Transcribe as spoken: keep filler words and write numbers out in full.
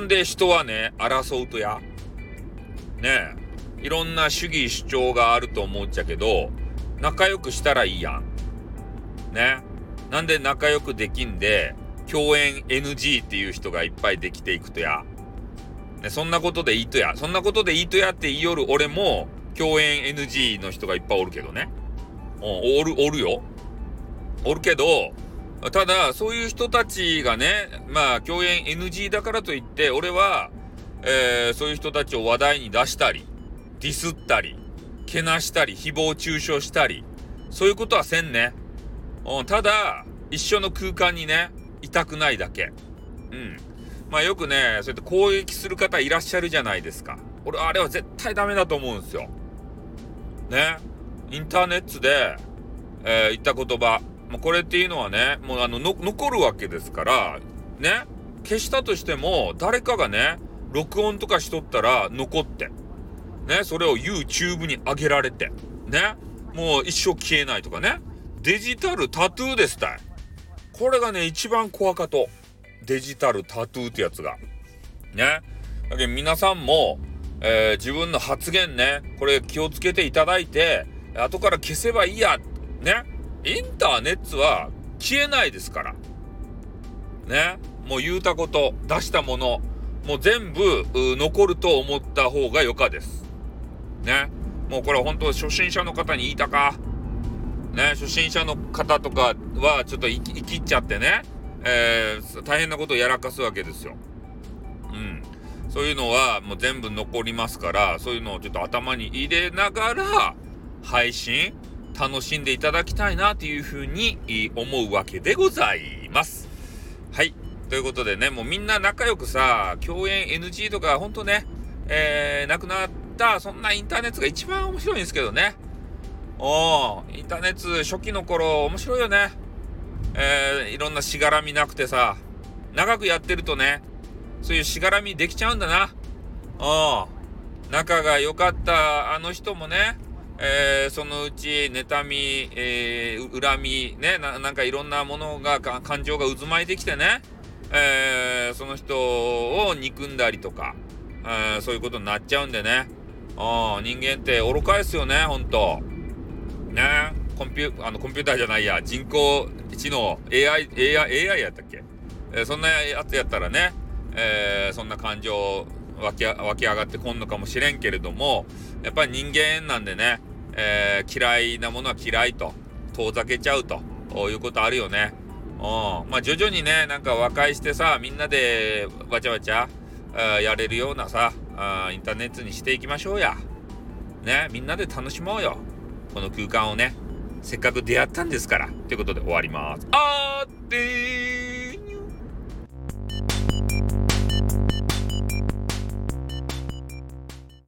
なんで人はね、争うとや。ねえ。いろんな主義主張があると思っちゃけど、仲良くしたらいいやん。ね。なんで仲良くできんで、共演 エヌジー っていう人がいっぱいできていくとや。ね、そんなことでいいとや。そんなことでいいとやって言いよる俺も、共演 エヌジー の人がいっぱいおるけどね。うん、おる、おるよ。おるけど、ただ、そういう人たちがね、まあ、共演 エヌジー だからといって、俺は、えー、そういう人たちを話題に出したり、ディスったり、けなしたり、誹謗中傷したり、そういうことはせんね。うん、ただ、一緒の空間にね、いたくないだけ。うん。まあよくね、そうやって攻撃する方いらっしゃるじゃないですか。俺、あれは絶対ダメだと思うんですよ。ね。インターネットで、えー、言った言葉。もうこれっていうのはね、もうあのの、残るわけですから、ね。消したとしても、誰かがね、録音とかしとったら残って、ね。それを YouTube に上げられて、ね。もう一生消えないとかね。デジタルタトゥーですたい。これがね、一番怖かと。デジタルタトゥーってやつが。ね。だけど皆さんも、えー、自分の発言ね、これ気をつけていただいて、後から消せばいいや。ね。インターネットは消えないですから。ね。もう言うたこと、出したもの、もう全部残ると思った方がよかです。ね。もうこれは本当初心者の方に言いたか。ね。初心者の方とかはちょっと生き、生きっちゃってね、えー、大変なことをやらかすわけですよ。うん。そういうのはもう全部残りますから、そういうのをちょっと頭に入れながら配信楽しんでいただきたいなというふうに思うわけでございます。はい。ということでね、もうみんな仲良くさ、共演 エヌジー とかほんとね、えー、なくなったそんなインターネットが一番面白いんですけどね。おー、インターネット初期の頃面白いよね。えー、いろんなしがらみなくてさ、長くやってるとね、そういうしがらみできちゃうんだな。うん。仲が良かったあの人もね、えー、そのうち妬み、えー、恨み、ねな、なんかいろんなものが、感情が渦巻いてきてね、えー、その人を憎んだりとか、えー、そういうことになっちゃうんでね。うん、人間って愚かですよね、ほんと。ね。コンピュ、あの、コンピューターじゃないや、人工知能、エーアイ、エーアイ、エーアイ やったっけ、えー、そんなやつやったらね、えー、そんな感情湧き、湧き上がってこんのかもしれんけれども、やっぱり人間なんでね、えー、嫌いなものは嫌いと、遠ざけちゃうということあるよね。うん。まあ徐々にね、なんか和解してさ、みんなでわちゃわちゃ、やれるようなさ、インターネットにしていきましょうや。ね、みんなで楽しもうよ。この空間をね。せっかく出会ったんですから。ということで終わります。あーってー